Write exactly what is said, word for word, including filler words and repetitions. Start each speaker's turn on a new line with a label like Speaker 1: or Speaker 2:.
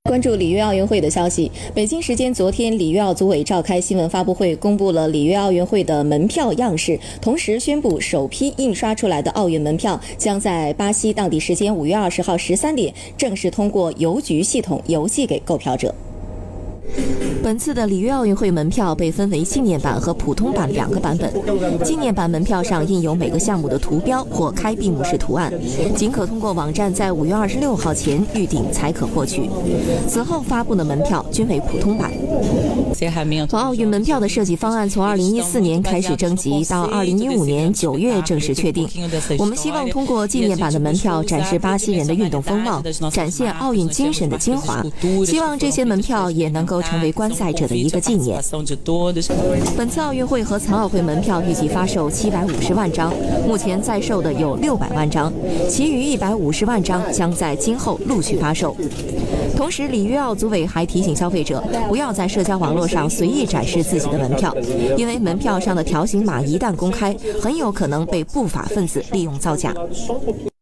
Speaker 1: 关注里约奥运会的消息，北京时间昨天，里约奥组委召开新闻发布会，公布了里约奥运会的门票样式，同时宣布首批印刷出来的奥运门票将在巴西当地时间五月二十号十三点正式通过邮局系统邮寄给购票者。 本次的里约奥运会门票被分为纪念版和普通版两个版本。纪念版门票上印有每个项目的图标或开闭幕式图案，仅可通过网站在五月二十六号前预订才可获取。此后发布的门票均为普通版。从奥运门票的设计方案从二零一四年开始征集，到二零一五年九月正式确定。我们希望通过纪念版的门票展示巴西人的运动风貌，展现奥运精神的精华。希望这些门票也能够 成为观赛者的一个纪念。本次奥运会和残奥会门票预计发售七百五十万张，目前在售的有六百万张，其余一百五十万张将在今后陆续发售。同时，里约奥组委还提醒消费者不要在社交网络上随意展示自己的门票，因为门票上的条形码一旦公开，很有可能被不法分子利用造假。